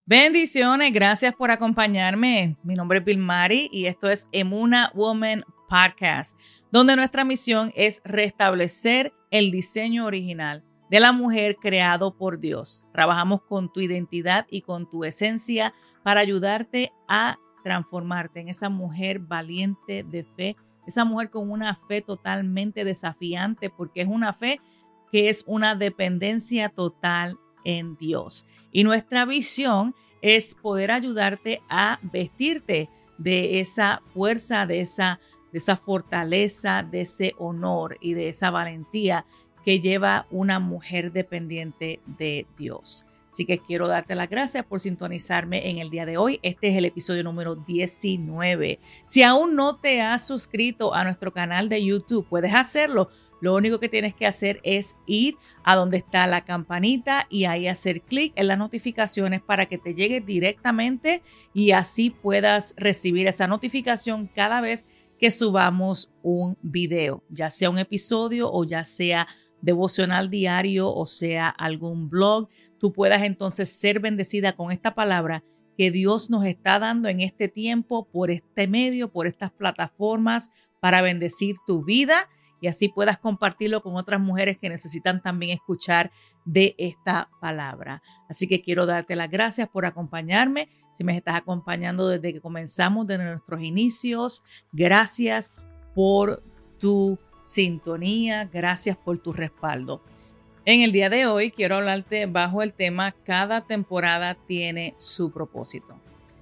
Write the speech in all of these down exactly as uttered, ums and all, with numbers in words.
Bendiciones, gracias por acompañarme. Mi nombre es Vilmari y esto es Emuna Woman Podcast, donde nuestra misión es restablecer el diseño original de la mujer creado por Dios. Trabajamos con tu identidad y con tu esencia para ayudarte a transformarte en esa mujer valiente de fe, esa mujer con una fe totalmente desafiante, porque es una fe que es una dependencia total en Dios. Y nuestra visión es poder ayudarte a vestirte de esa fuerza, de esa, de esa fortaleza, de ese honor y de esa valentía que lleva una mujer dependiente de Dios. Así que quiero darte las gracias por sintonizarme en el día de hoy. Este es el episodio número diecinueve. Si aún no te has suscrito a nuestro canal de YouTube, puedes hacerlo. Lo único que tienes que hacer es ir a donde está la campanita y ahí hacer clic en las notificaciones para que te llegue directamente y así puedas recibir esa notificación cada vez que subamos un video, ya sea un episodio o ya sea devocional diario o sea algún blog. Tú puedas entonces ser bendecida con esta palabra que Dios nos está dando en este tiempo por este medio, por estas plataformas para bendecir tu vida. Y así puedas compartirlo con otras mujeres que necesitan también escuchar de esta palabra. Así que quiero darte las gracias por acompañarme. Si me estás acompañando desde que comenzamos, desde nuestros inicios, gracias por tu sintonía, gracias por tu respaldo. En el día de hoy quiero hablarte bajo el tema Cada temporada tiene su propósito.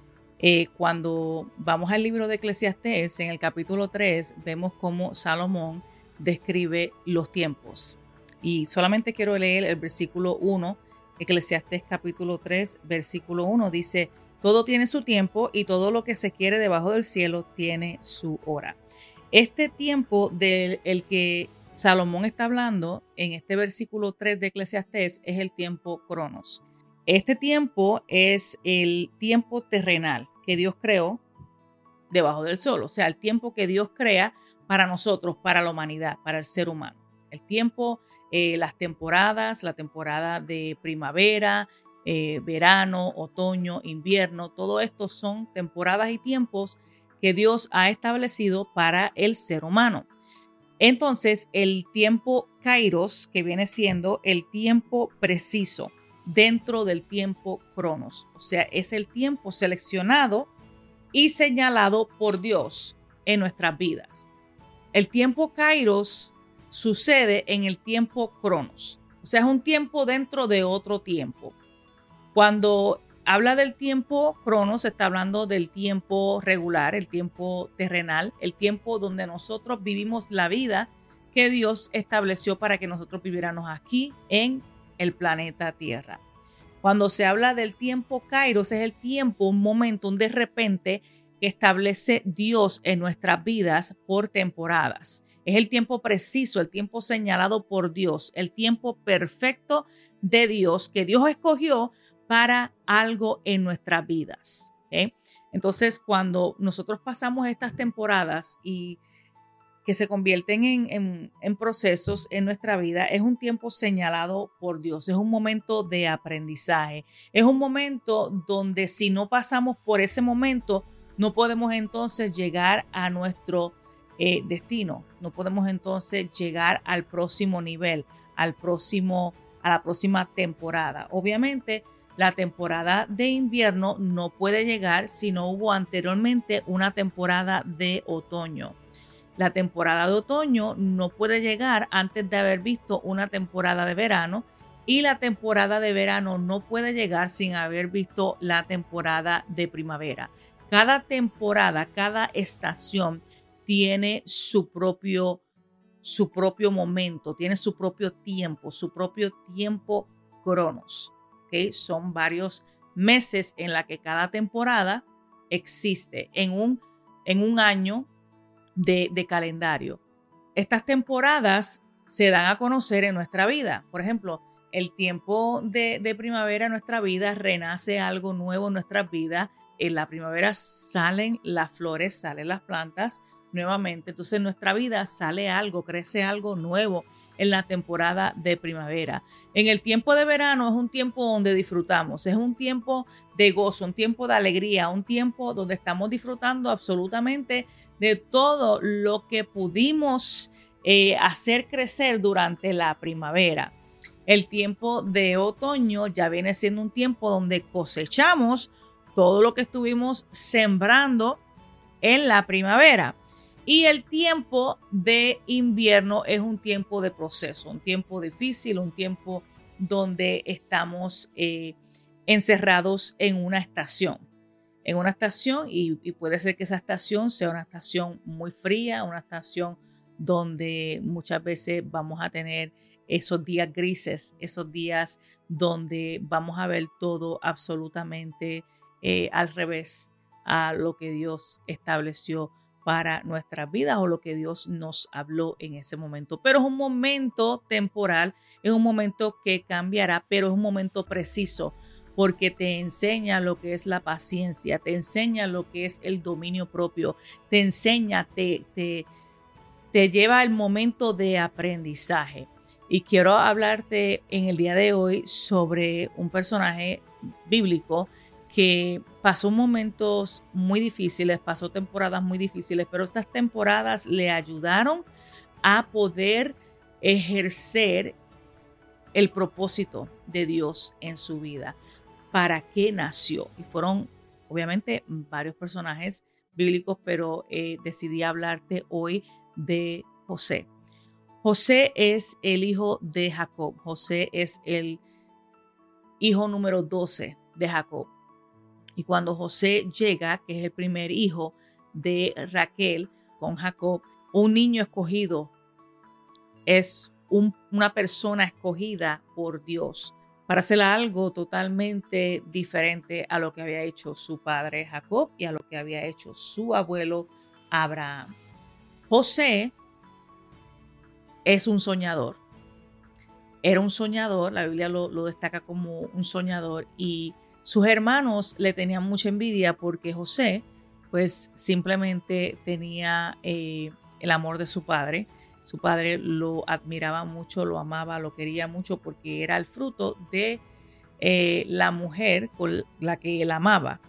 Eh, cuando vamos al libro de Eclesiastés, en el capítulo tres, vemos cómo Salomón describe los tiempos. Y solamente quiero leer el versículo uno, Eclesiastés capítulo tres, versículo uno, dice: todo tiene su tiempo y todo lo que se quiere debajo del cielo tiene su hora. Este tiempo del el que Salomón está hablando en este versículo tres de Eclesiastés es el tiempo Cronos. Este tiempo es el tiempo terrenal que Dios creó debajo del sol, o sea, el tiempo que Dios crea para nosotros, para la humanidad, para el ser humano. El tiempo, eh, las temporadas, la temporada de primavera, eh, verano, otoño, invierno, todo esto son temporadas y tiempos que Dios ha establecido para el ser humano. Entonces, el tiempo Kairos, que viene siendo el tiempo preciso dentro del tiempo Cronos, o sea, es el tiempo seleccionado y señalado por Dios en nuestras vidas. El tiempo Kairos sucede en el tiempo Cronos, o sea, es un tiempo dentro de otro tiempo. Cuando habla del tiempo Cronos, se está hablando del tiempo regular, el tiempo terrenal, el tiempo donde nosotros vivimos la vida que Dios estableció para que nosotros viviéramos aquí en el planeta Tierra. Cuando se habla del tiempo Kairos, es el tiempo, un momento, un de repente que establece Dios en nuestras vidas por temporadas. Es el tiempo preciso, el tiempo señalado por Dios, el tiempo perfecto de Dios que Dios escogió para algo en nuestras vidas. ¿Okay? Entonces, cuando nosotros pasamos estas temporadas y que se convierten en, en, en procesos en nuestra vida, es un tiempo señalado por Dios, es un momento de aprendizaje, es un momento donde si no pasamos por ese momento, no podemos entonces llegar a nuestro eh, destino, no podemos entonces llegar al próximo nivel, al próximo, a la próxima temporada. Obviamente, la temporada de invierno no puede llegar si no hubo anteriormente una temporada de otoño. La temporada de otoño no puede llegar antes de haber visto una temporada de verano y la temporada de verano no puede llegar sin haber visto la temporada de primavera. Cada temporada, cada estación tiene su propio, su propio momento, tiene su propio tiempo, su propio tiempo Cronos. ¿Okay? Son varios meses en la que cada temporada existe en un, en un año de, de calendario. Estas temporadas se dan a conocer en nuestra vida. Por ejemplo, el tiempo de, de primavera en nuestra vida, renace algo nuevo en nuestras vidas. En la primavera salen las flores, salen las plantas nuevamente. Entonces en nuestra vida sale algo, crece algo nuevo en la temporada de primavera. En el tiempo de verano es un tiempo donde disfrutamos, es un tiempo de gozo, un tiempo de alegría, un tiempo donde estamos disfrutando absolutamente de todo lo que pudimos eh, hacer crecer durante la primavera. El tiempo de otoño ya viene siendo un tiempo donde cosechamos todo lo que estuvimos sembrando en la primavera. Y el tiempo de invierno es un tiempo de proceso, un tiempo difícil, un tiempo donde estamos eh, encerrados en una estación. En una estación y, y puede ser que esa estación sea una estación muy fría, una estación donde muchas veces vamos a tener esos días grises, esos días donde vamos a ver todo absolutamente eh, al revés a lo que Dios estableció para nuestras vidas o lo que Dios nos habló en ese momento. Pero es un momento temporal, es un momento que cambiará, pero es un momento preciso porque te enseña lo que es la paciencia, te enseña lo que es el dominio propio, te enseña, te, te, te lleva al momento de aprendizaje. Y quiero hablarte en el día de hoy sobre un personaje bíblico que pasó momentos muy difíciles, pasó temporadas muy difíciles, pero estas temporadas le ayudaron a poder ejercer el propósito de Dios en su vida. ¿Para qué nació? Y fueron obviamente varios personajes bíblicos, pero eh, decidí hablarte hoy de José. José es el hijo de Jacob. José es el hijo número doce de Jacob. Y cuando José llega, que es el primer hijo de Raquel con Jacob, un niño escogido es un, una persona escogida por Dios para hacer algo totalmente diferente a lo que había hecho su padre Jacob y a lo que había hecho su abuelo Abraham. José es un soñador. Era un soñador, la Biblia lo, lo destaca como un soñador y sus hermanos le tenían mucha envidia porque José pues simplemente tenía eh, el amor de su padre. Su padre lo admiraba mucho, lo amaba, lo quería mucho porque era el fruto de eh, la mujer con la que él amaba.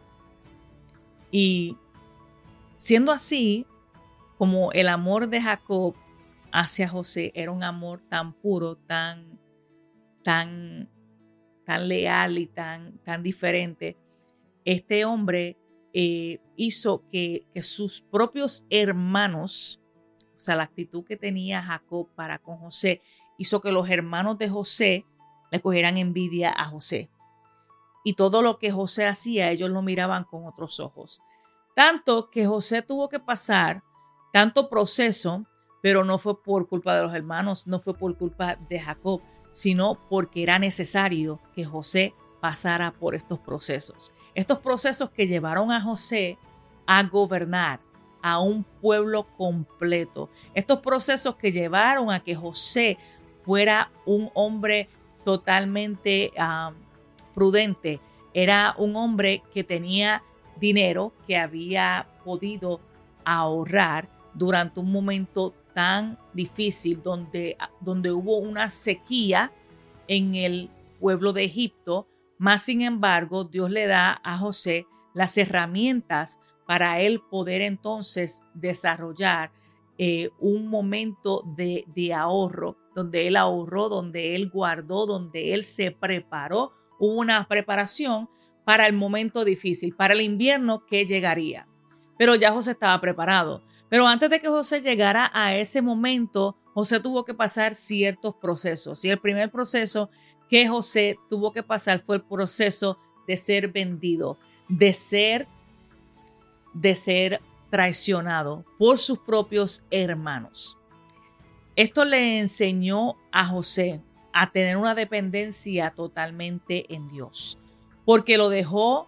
Y siendo así, como el amor de Jacob hacia José era un amor tan puro, tan, tan, tan leal y tan, tan diferente, este hombre eh, hizo que, que sus propios hermanos, o sea, la actitud que tenía Jacob para con José, hizo que los hermanos de José le cogieran envidia a José. Y todo lo que José hacía, ellos lo miraban con otros ojos. Tanto que José tuvo que pasar tanto proceso, pero no fue por culpa de los hermanos, no fue por culpa de Jacob, sino porque era necesario que José pasara por estos procesos. Estos procesos que llevaron a José a gobernar a un pueblo completo. Estos procesos que llevaron a que José fuera un hombre totalmente um, prudente. Era un hombre que tenía dinero, que había podido ahorrar durante un momento tan difícil donde, donde hubo una sequía en el pueblo de Egipto. Más sin embargo, Dios le da a José las herramientas para él poder entonces desarrollar eh, un momento de, de ahorro, donde él ahorró, donde él guardó, donde él se preparó. Hubo una preparación para el momento difícil, para el invierno que llegaría. Pero ya José estaba preparado. Pero antes de que José llegara a ese momento, José tuvo que pasar ciertos procesos. Y el primer proceso que José tuvo que pasar fue el proceso de ser vendido, de ser, de ser traicionado por sus propios hermanos. Esto le enseñó a José a tener una dependencia totalmente en Dios, porque lo dejó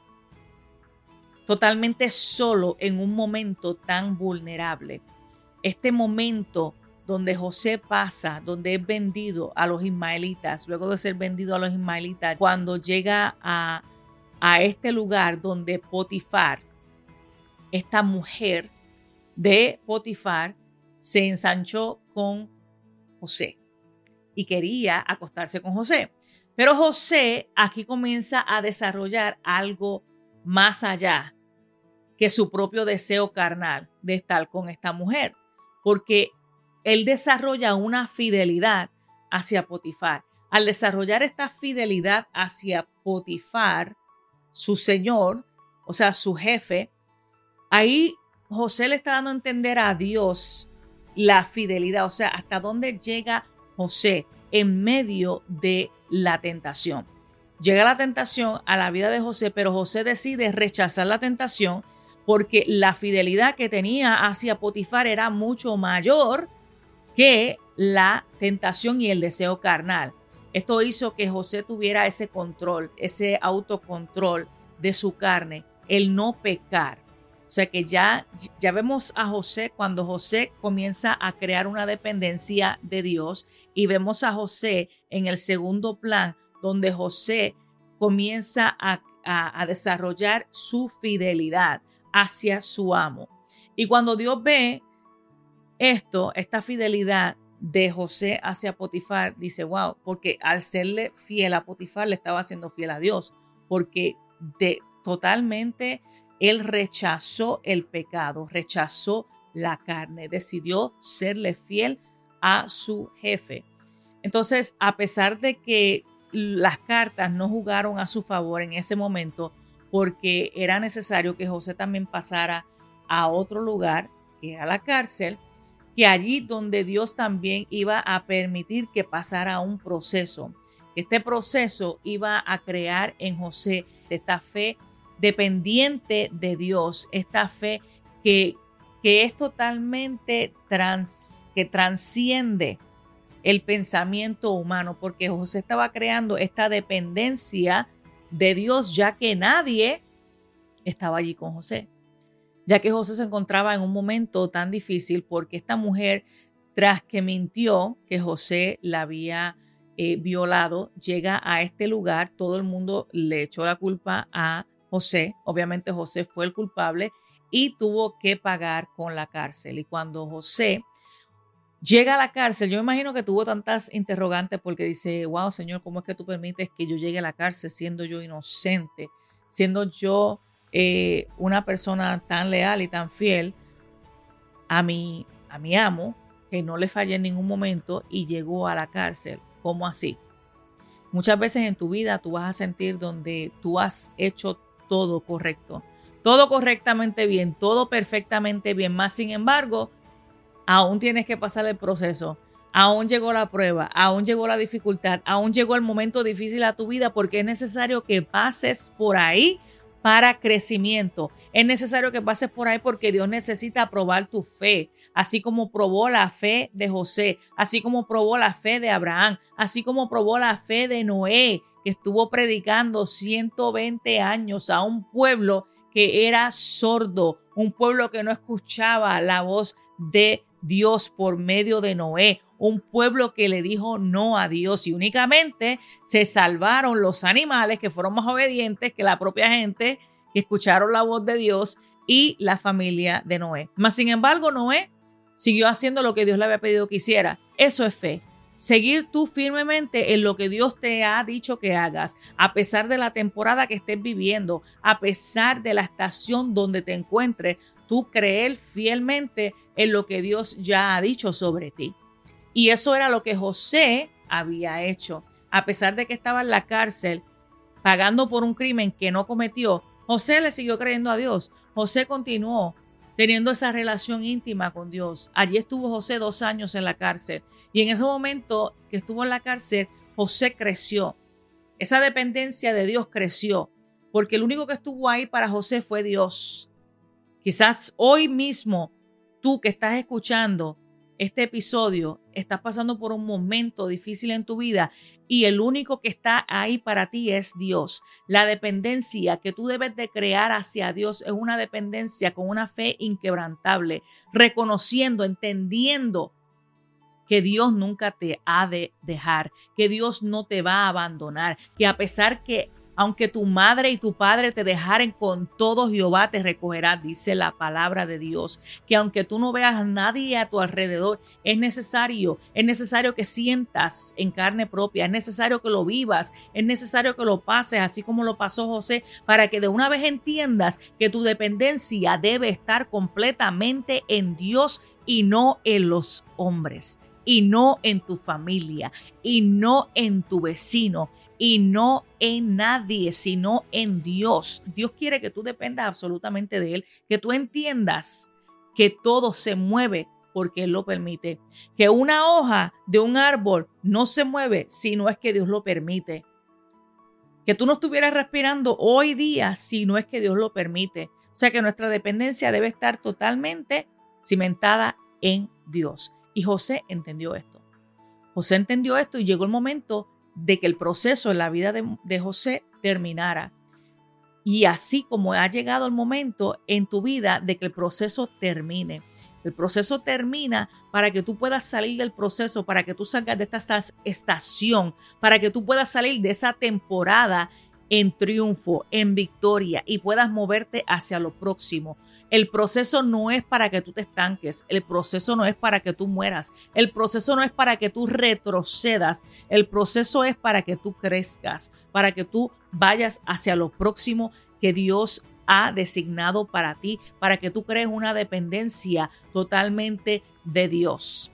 totalmente solo en un momento tan vulnerable. Este momento donde José pasa, donde es vendido a los ismaelitas, luego de ser vendido a los ismaelitas, cuando llega a, a este lugar donde Potifar, esta mujer de Potifar, se ensanchó con José. y quería acostarse con José. Pero José aquí comienza a desarrollar algo más allá que su propio deseo carnal de estar con esta mujer, porque él desarrolla una fidelidad hacia Potifar. Al desarrollar esta fidelidad hacia Potifar, su señor, o sea, su jefe, ahí José le está dando a entender a Dios la fidelidad, o sea, hasta dónde llega José en medio de la tentación. Llega la tentación a la vida de José, pero José decide rechazar la tentación porque la fidelidad que tenía hacia Potifar era mucho mayor que la tentación y el deseo carnal. Esto hizo que José tuviera ese control, ese autocontrol de su carne, el no pecar. O sea que ya, ya vemos a José cuando José comienza a crear una dependencia de Dios, y vemos a José en el segundo plan donde José comienza a, a, a desarrollar su fidelidad hacia su amo. Y cuando Dios ve esto, esta fidelidad de José hacia Potifar, dice, wow, porque al serle fiel a Potifar le estaba siendo fiel a Dios, porque de, totalmente él rechazó el pecado, rechazó la carne, decidió serle fiel a su jefe. Entonces, a pesar de que las cartas no jugaron a su favor en ese momento, porque era necesario que José también pasara a otro lugar, que era la cárcel, que allí donde Dios también iba a permitir que pasara un proceso. Este proceso iba a crear en José esta fe dependiente de Dios, esta fe que, que es totalmente trans, que transciende el pensamiento humano, porque José estaba creando esta dependencia de Dios, ya que nadie estaba allí con José, ya que José se encontraba en un momento tan difícil porque esta mujer, tras que mintió que José la había eh, violado, llega a este lugar, todo el mundo le echó la culpa a José, obviamente José fue el culpable y tuvo que pagar con la cárcel. Y cuando José llega a la cárcel, yo me imagino que tuvo tantas interrogantes porque dice, wow, Señor, ¿cómo es que tú permites que yo llegue a la cárcel siendo yo inocente, siendo yo eh, una persona tan leal y tan fiel a mi, a mi amo, que no le fallé en ningún momento y llegó a la cárcel? ¿Cómo así? Muchas veces en tu vida tú vas a sentir donde tú has hecho todo correcto, todo correctamente bien, todo perfectamente bien, más sin embargo, aún tienes que pasar el proceso, aún llegó la prueba, aún llegó la dificultad, aún llegó el momento difícil a tu vida, porque es necesario que pases por ahí para crecimiento. Es necesario que pases por ahí porque Dios necesita probar tu fe, así como probó la fe de José, así como probó la fe de Abraham, así como probó la fe de Noé, que estuvo predicando ciento veinte años a un pueblo que era sordo, un pueblo que no escuchaba la voz de Dios por medio de Noé, un pueblo que le dijo no a Dios, y únicamente se salvaron los animales que fueron más obedientes que la propia gente que escucharon la voz de Dios y la familia de Noé. Mas sin embargo, Noé siguió haciendo lo que Dios le había pedido que hiciera. Eso es fe. Seguir tú firmemente en lo que Dios te ha dicho que hagas, a pesar de la temporada que estés viviendo, a pesar de la estación donde te encuentres, tú creer fielmente en lo que Dios ya ha dicho sobre ti. Y eso era lo que José había hecho. A pesar de que estaba en la cárcel, pagando por un crimen que no cometió, José le siguió creyendo a Dios. José continuó teniendo esa relación íntima con Dios. Allí estuvo José dos años en la cárcel. Y en ese momento que estuvo en la cárcel, José creció. Esa dependencia de Dios creció, porque el único que estuvo ahí para José fue Dios. Quizás hoy mismo, tú que estás escuchando este episodio, estás pasando por un momento difícil en tu vida y el único que está ahí para ti es Dios. La dependencia que tú debes de crear hacia Dios es una dependencia con una fe inquebrantable, reconociendo, entendiendo que Dios nunca te ha de dejar, que Dios no te va a abandonar, que a pesar que Aunque tu madre y tu padre te dejaren, con todo Jehová te recogerá, dice la palabra de Dios. Que aunque tú no veas a nadie a tu alrededor, es necesario, es necesario que sientas en carne propia, es necesario que lo vivas, es necesario que lo pases, así como lo pasó José, para que de una vez entiendas que tu dependencia debe estar completamente en Dios y no en los hombres, y no en tu familia, y no en tu vecino, y no en nadie, sino en Dios. Dios quiere que tú dependas absolutamente de Él, que tú entiendas que todo se mueve porque Él lo permite, que una hoja de un árbol no se mueve si no es que Dios lo permite, que tú no estuvieras respirando hoy día si no es que Dios lo permite. O sea que nuestra dependencia debe estar totalmente cimentada en Dios. Y José entendió esto. José entendió esto y llegó el momento de que el proceso en la vida de, de José terminara. Y así como ha llegado el momento en tu vida de que el proceso termine. El proceso termina para que tú puedas salir del proceso, para que tú salgas de esta estación, para que tú puedas salir de esa temporada en triunfo, en victoria y puedas moverte hacia lo próximo. El proceso no es para que tú te estanques, el proceso no es para que tú mueras, el proceso no es para que tú retrocedas, el proceso es para que tú crezcas, para que tú vayas hacia lo próximo que Dios ha designado para ti, para que tú crees una dependencia totalmente de Dios.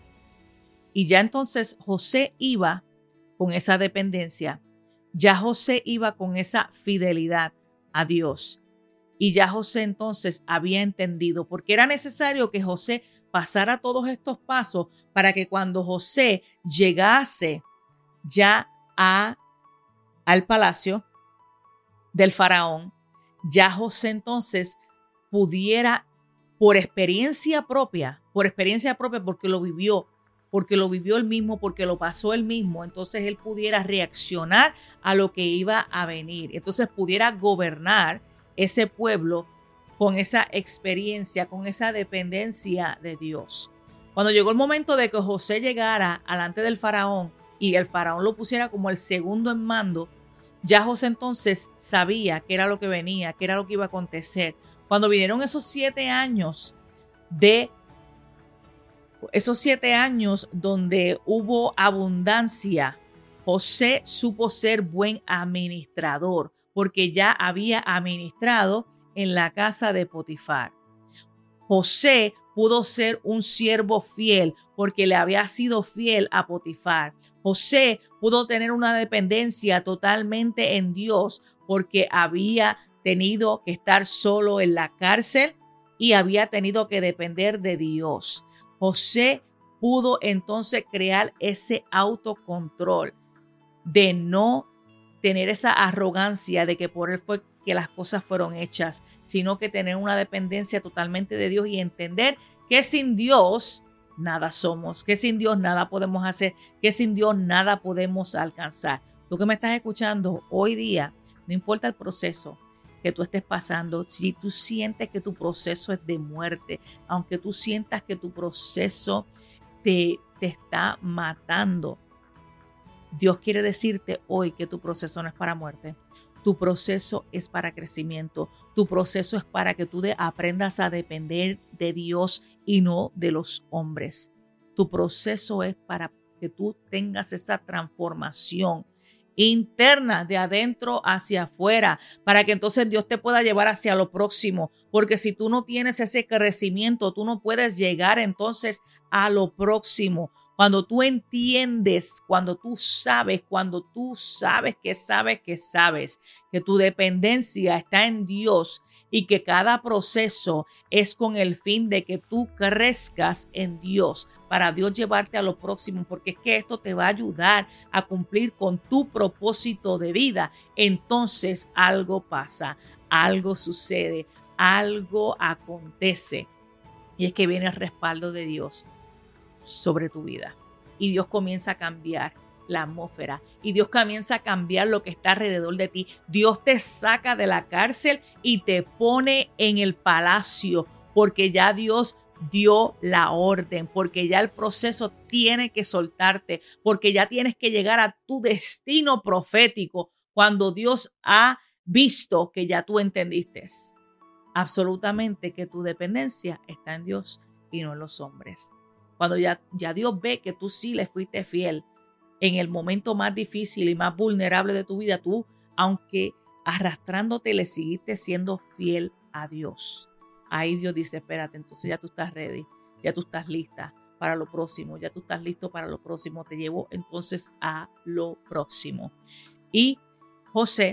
Y ya entonces José iba con esa dependencia, ya José iba con esa fidelidad a Dios. Y ya José entonces había entendido, porque era necesario que José pasara todos estos pasos para que cuando José llegase ya a, al palacio del faraón, ya José entonces pudiera, por experiencia propia, por experiencia propia, porque lo vivió, porque lo vivió él mismo, porque lo pasó él mismo, entonces él pudiera reaccionar a lo que iba a venir. Entonces pudiera gobernar ese pueblo con esa experiencia, con esa dependencia de Dios. Cuando llegó el momento de que José llegara delante del faraón y el faraón lo pusiera como el segundo en mando, ya José entonces sabía qué era lo que venía, qué era lo que iba a acontecer. Cuando vinieron esos siete años de esos siete años donde hubo abundancia, José supo ser buen administrador, porque ya había administrado en la casa de Potifar. José pudo ser un siervo fiel porque le había sido fiel a Potifar. José pudo tener una dependencia totalmente en Dios porque había tenido que estar solo en la cárcel y había tenido que depender de Dios. José pudo entonces crear ese autocontrol de no tener esa arrogancia de que por él fue que las cosas fueron hechas, sino que tener una dependencia totalmente de Dios y entender que sin Dios nada somos, que sin Dios nada podemos hacer, que sin Dios nada podemos alcanzar. Tú que me estás escuchando hoy día, no importa el proceso que tú estés pasando, si tú sientes que tu proceso es de muerte, aunque tú sientas que tu proceso te, te está matando, Dios quiere decirte hoy que tu proceso no es para muerte. Tu proceso es para crecimiento. Tu proceso es para que tú de, aprendas a depender de Dios y no de los hombres. Tu proceso es para que tú tengas esa transformación interna de adentro hacia afuera, para que entonces Dios te pueda llevar hacia lo próximo. Porque si tú no tienes ese crecimiento, tú no puedes llegar entonces a lo próximo. Cuando tú entiendes, cuando tú sabes, cuando tú sabes que sabes que sabes que tu dependencia está en Dios y que cada proceso es con el fin de que tú crezcas en Dios para Dios llevarte a lo próximo, porque es que esto te va a ayudar a cumplir con tu propósito de vida. Entonces algo pasa, algo sucede, algo acontece y es que viene el respaldo de Dios sobre tu vida y Dios comienza a cambiar la atmósfera y Dios comienza a cambiar lo que está alrededor de ti. Dios te saca de la cárcel y te pone en el palacio porque ya Dios dio la orden, porque ya el proceso tiene que soltarte, porque ya tienes que llegar a tu destino profético cuando Dios ha visto que ya tú entendiste absolutamente que tu dependencia está en Dios y no en los hombres. Cuando ya, ya Dios ve que tú sí le fuiste fiel en el momento más difícil y más vulnerable de tu vida, tú, aunque arrastrándote, le seguiste siendo fiel a Dios. Ahí Dios dice, espérate, entonces ya tú estás ready, ya tú estás lista para lo próximo, ya tú estás listo para lo próximo, te llevo entonces a lo próximo. Y José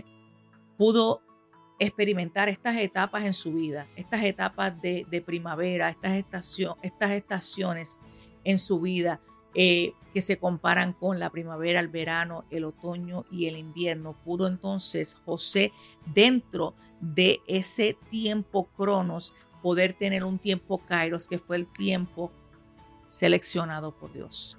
pudo experimentar estas etapas en su vida, estas etapas de, de primavera, estas, estación, estas estaciones en su vida eh, que se comparan con la primavera, el verano, el otoño y el invierno. Pudo entonces José, dentro de ese tiempo Cronos, poder tener un tiempo Kairos, que fue el tiempo seleccionado por Dios.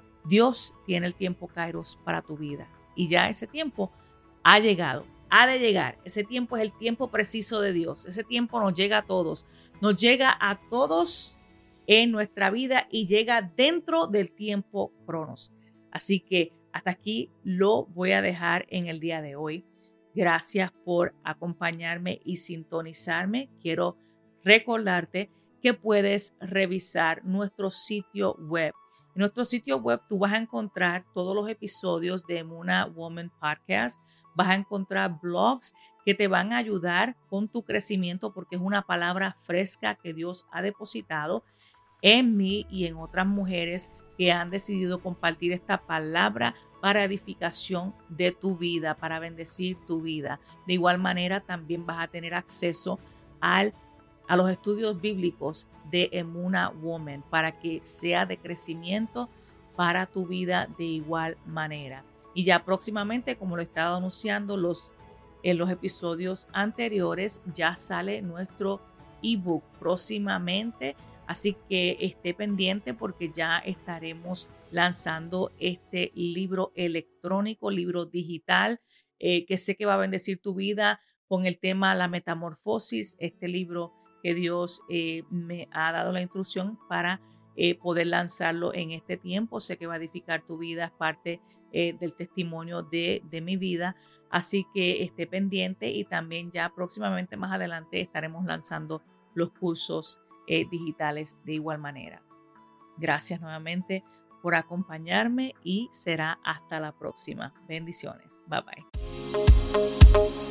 Dios tiene el tiempo Kairos para tu vida y ya ese tiempo ha llegado. Ha de llegar. Ese tiempo es el tiempo preciso de Dios. Ese tiempo nos llega a todos. Nos llega a todos en nuestra vida y llega dentro del tiempo Cronos. Así que hasta aquí lo voy a dejar en el día de hoy. Gracias por acompañarme y sintonizarme. Quiero recordarte que puedes revisar nuestro sitio web. En nuestro sitio web tú vas a encontrar todos los episodios de Emuna Woman Podcast. Vas a encontrar blogs que te van a ayudar con tu crecimiento porque es una palabra fresca que Dios ha depositado en mí y en otras mujeres que han decidido compartir esta palabra para edificación de tu vida, para bendecir tu vida. De igual manera, también vas a tener acceso al, a los estudios bíblicos de Emuna Woman para que sea de crecimiento para tu vida de igual manera. Y ya próximamente, como lo he estado anunciando los, en los episodios anteriores, ya sale nuestro ebook próximamente. Así que esté pendiente porque ya estaremos lanzando este libro electrónico, libro digital, eh, que sé que va a bendecir tu vida con el tema La Metamorfosis. Este libro que Dios eh, me ha dado la instrucción para eh, poder lanzarlo en este tiempo. Sé que va a edificar tu vida, es parte Eh, del testimonio de, de mi vida, así que esté pendiente y también ya próximamente más adelante estaremos lanzando los cursos eh, digitales de igual manera. Gracias nuevamente por acompañarme y será hasta la próxima. Bendiciones. Bye bye.